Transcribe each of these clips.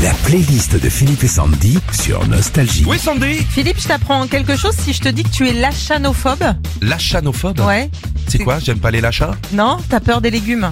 La playlist de Philippe et Sandy sur Nostalgie. Oui, Sandy. Philippe, je t'apprends quelque chose si je te dis que tu es lachanophobe. Lachanophobe. Ouais. C'est quoi? J'aime pas les lachats? Non, t'as peur des légumes.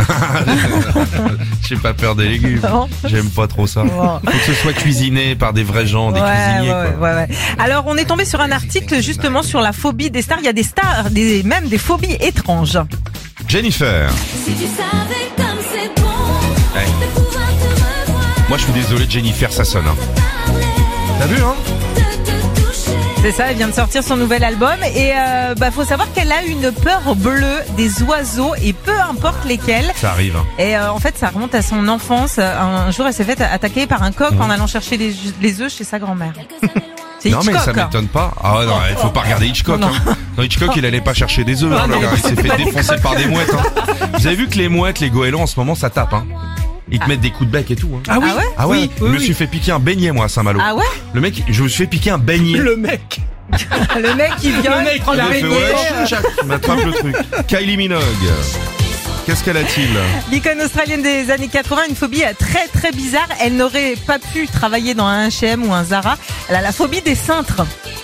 J'ai pas peur des légumes. Non. J'aime pas trop ça. Bon. Faut que ce soit cuisiné par des vrais gens, des cuisiniers, quoi. Ouais. Alors, on est tombé sur un article justement sur la phobie des stars. Il y a des stars, même des phobies étranges. Jennifer. Si tu savais comme c'est bon Ouais. de pouvoir te revoir, Moi, je suis désolé, Jennifer, ça sonne. Hein. parler, T'as vu, hein? de te toucher. C'est ça, elle vient de sortir son nouvel album et faut savoir qu'elle a une peur bleue des oiseaux et peu importe lesquels. Ça arrive. Hein. Et en fait, ça remonte à son enfance. Un jour, elle s'est fait attaquer par un coq en allant chercher les œufs chez sa grand-mère. C'est Non, mais Hitchcock. ça m'étonne pas. Ah non, il faut pas regarder Hitchcock. Non. Hein. Dans Hitchcock, il allait pas chercher des œufs. Hein, le gars. Il s'est fait défoncer par des mouettes. Hein. Vous avez vu que les mouettes, les goélands, en ce moment, ça tape. Hein. Ils te mettent des coups de bec et tout. Hein. Ah oui? Ah ouais, Oui, je me suis fait piquer un beignet, moi, à Saint-Malo. Ah ouais? Le mec, je me suis fait piquer un beignet. Le mec. Le mec, il vient, il prend Il la a fait, beignet. ouais, il m'attrape le truc. Kylie Minogue. Qu'est-ce qu'elle a-t-il? L'icône australienne des années 80, une phobie très très bizarre. Elle n'aurait pas pu travailler dans un H&M ou un Zara. Elle a la phobie des cintres.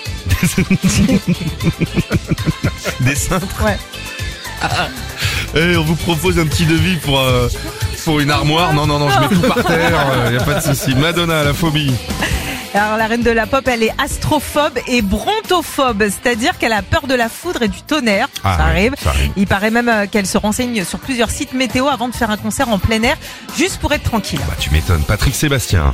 Des cintres? Ouais. On vous propose un petit devis pour une armoire. Non, je mets tout par terre. Y a pas de souci. Madonna, la phobie. Alors la reine de la pop, elle est astrophobe et brontophobe, c'est-à-dire qu'elle a peur de la foudre et du tonnerre. Ah ça ouais, arrive. ça arrive. Il paraît même qu'elle se renseigne sur plusieurs sites météo avant de faire un concert en plein air, juste pour être tranquille. Bah, tu m'étonnes. Patrick Sébastien.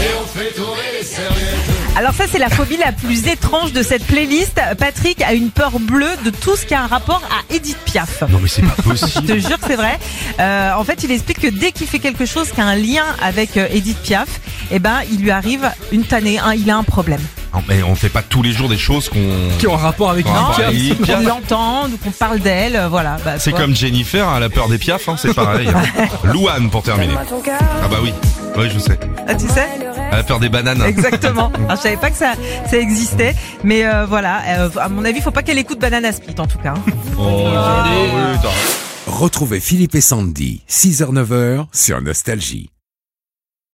Alors ça, c'est la phobie la plus étrange de cette playlist. Patrick a une peur bleue de tout ce qui a un rapport à Edith Piaf. Non, mais c'est pas Je possible. te jure que c'est vrai. En fait, il explique que dès qu'il fait quelque chose qui a un lien avec Edith Piaf, il lui arrive une tannée, il a un problème. Non, mais on fait pas tous les jours des choses Qui ont un rapport avec Non, une bah, Piaf. il- Qu'on l'entende ou qu'on parle d'elle, voilà. C'est tu vois. comme Jennifer, elle a peur des piafs, hein, c'est pareil. Hein. Louane pour terminer. Ah bah oui, je sais. Ah, tu sais. Elle a peur des bananes. Exactement. Alors, je savais pas que ça existait, mais voilà. À mon avis, faut pas qu'elle écoute Banana Split en tout cas. Oh, oui, t'as raison. Retrouvez Philippe et Sandy, 6h-9h sur Nostalgie.